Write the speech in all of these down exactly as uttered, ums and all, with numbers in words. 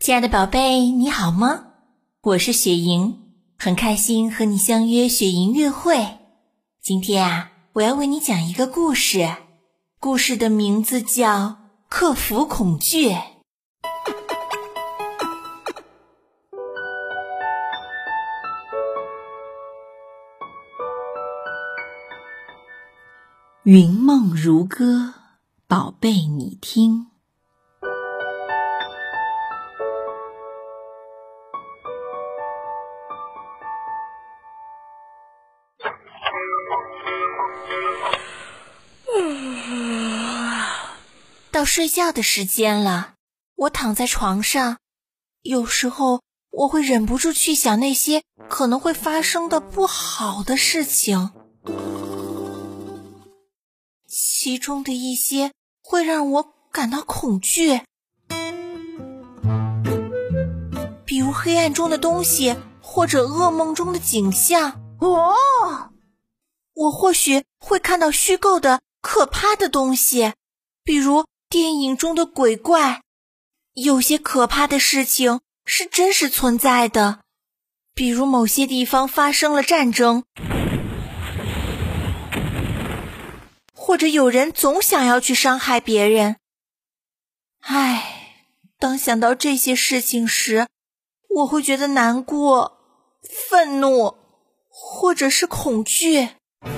亲爱的宝贝，你好吗？我是雪莹，很开心和你相约雪莹乐会。今天啊，我要为你讲一个故事，故事的名字叫《克服恐惧》。云梦如歌，宝贝你听。到睡觉的时间了，我躺在床上，有时候我会忍不住去想那些可能会发生的不好的事情，其中的一些会让我感到恐惧，比如黑暗中的东西，或者噩梦中的景象。哦，我或许会看到虚构的可怕的东西，比如电影中的鬼怪。有些可怕的事情是真实存在的，比如某些地方发生了战争，或者有人总想要去伤害别人。唉，当想到这些事情时，我会觉得难过、愤怒，或者是恐惧。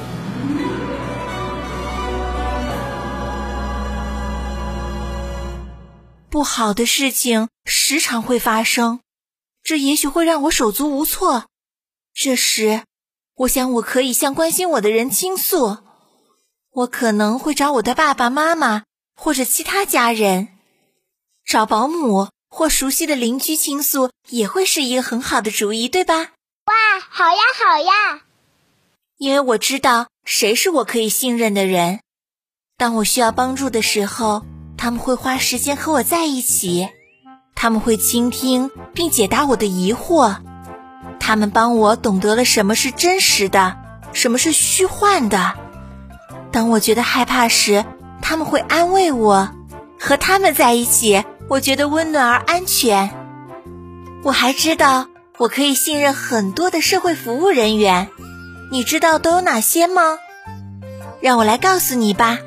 不好的事情时常会发生，这也许会让我手足无措。这时，我想我可以向关心我的人倾诉。我可能会找我的爸爸妈妈，或者其他家人。找保姆或熟悉的邻居倾诉也会是一个很好的主意，对吧？ 哇，好呀好呀！ 因为我知道谁是我可以信任的人。当我需要帮助的时候，他们会花时间和我在一起，他们会倾听并解答我的疑惑，他们帮我懂得了什么是真实的，什么是虚幻的。当我觉得害怕时，他们会安慰我，和他们在一起，我觉得温暖而安全。我还知道我可以信任很多的社会服务人员，你知道都有哪些吗？让我来告诉你吧。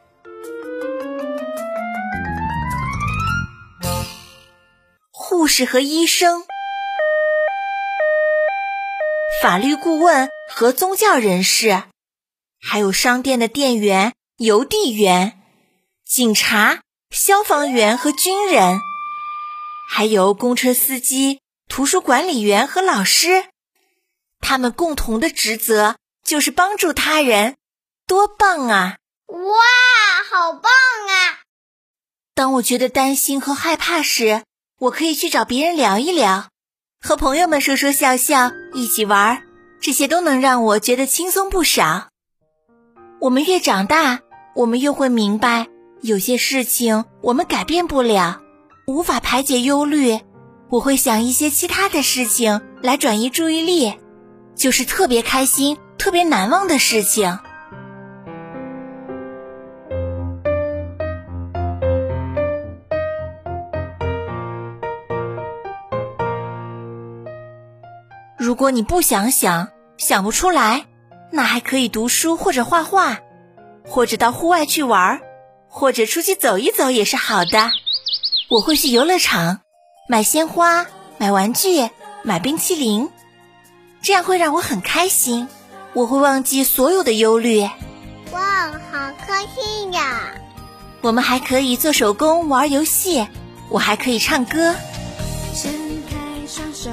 护士和医生，法律顾问和宗教人士，还有商店的店员、邮递员、警察、消防员和军人，还有公车司机、图书管理员和老师。他们共同的职责就是帮助他人，多棒啊！ 哇，好棒啊！ 当我觉得担心和害怕时，我可以去找别人聊一聊，和朋友们说说笑笑，一起玩，这些都能让我觉得轻松不少。我们越长大，我们越会明白，有些事情我们改变不了，无法排解忧虑。我会想一些其他的事情来转移注意力，就是特别开心、特别难忘的事情。如果你不想想，想不出来，那还可以读书或者画画，或者到户外去玩，或者出去走一走也是好的。我会去游乐场，买鲜花，买玩具，买冰淇淋，这样会让我很开心，我会忘记所有的忧虑。 哇，好开心呀！ 我们还可以做手工，玩游戏，我还可以唱歌。 伸开双手，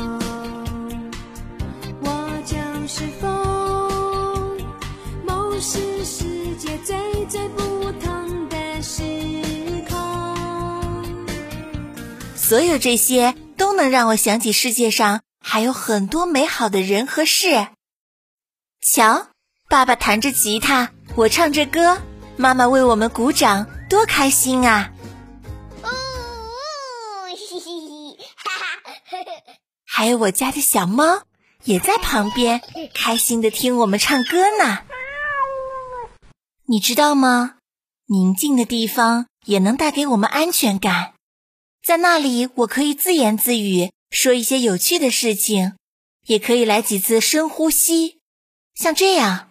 我就是风，梦是世界最最不同的时空。 所有这些都能让我想起世界上还有很多美好的人和事。瞧，爸爸弹着吉他，我唱着歌，妈妈为我们鼓掌，多开心啊！ 呜呜，嘻嘻，哈哈。 还有我家的小猫也在旁边开心地听我们唱歌呢。你知道吗？宁静的地方也能带给我们安全感。 在那里我可以自言自语，说一些有趣的事情，也可以来几次深呼吸，像这样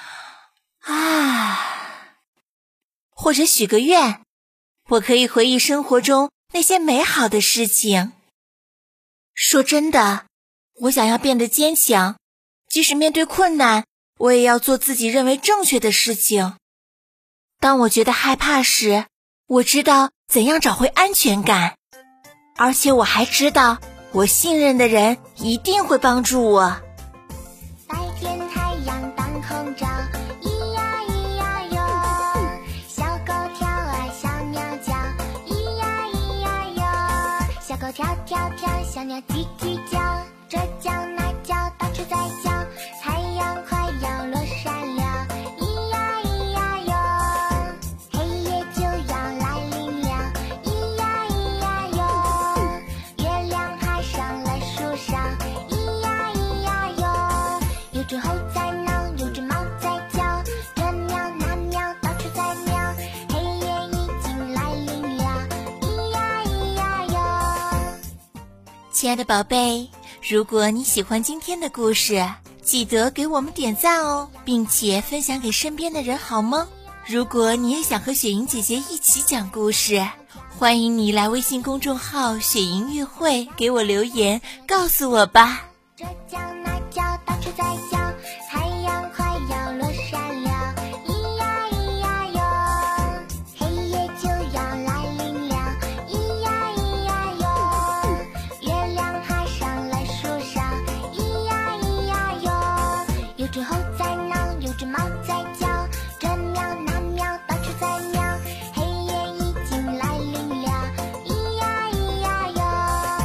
啊，或者许个愿，我可以回忆生活中那些美好的事情。说真的，我想要变得坚强，即使面对困难，我也要做自己认为正确的事情。当我觉得害怕时，我知道怎样找回安全感，而且我还知道我信任的人一定会帮助我。 白天太阳当空照，咿呀咿呀哟，小狗跳啊小鸟叫，咿呀咿呀哟，小狗跳跳跳，小鸟叽叽叫，这叫那叫，到处在叫，太阳快要落山了，咿呀咿呀哟，黑夜就要来临了，咿呀咿呀哟，月亮爬上了树上，咿呀咿呀哟，有只猴在闹，有只猫在叫，这喵那喵，到处在喵，黑夜已经来临了，咿呀咿呀哟。 亲爱的宝贝，如果你喜欢今天的故事，记得给我们点赞哦，并且分享给身边的人好吗？如果你也想和雪莹姐姐一起讲故事，欢迎你来微信公众号雪莹乐会给我留言告诉我吧。 这叫那叫，到处在叫，太阳快要落山了，咿呀咿呀哟，黑夜就要来临了，咿呀咿呀哟，月亮爬上了树上，咿呀咿呀哟，有只猴在闹，有只猫在叫，这喵那喵，到处在喵，黑夜已经来临了，咿呀咿呀哟。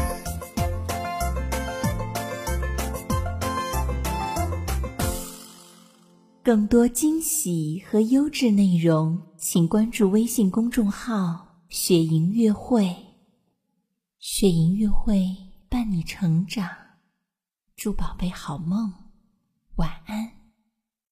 更多惊喜和优质内容，请关注微信公众号雪莹乐会。雪莹乐会伴你成长，祝宝贝好梦，晚安。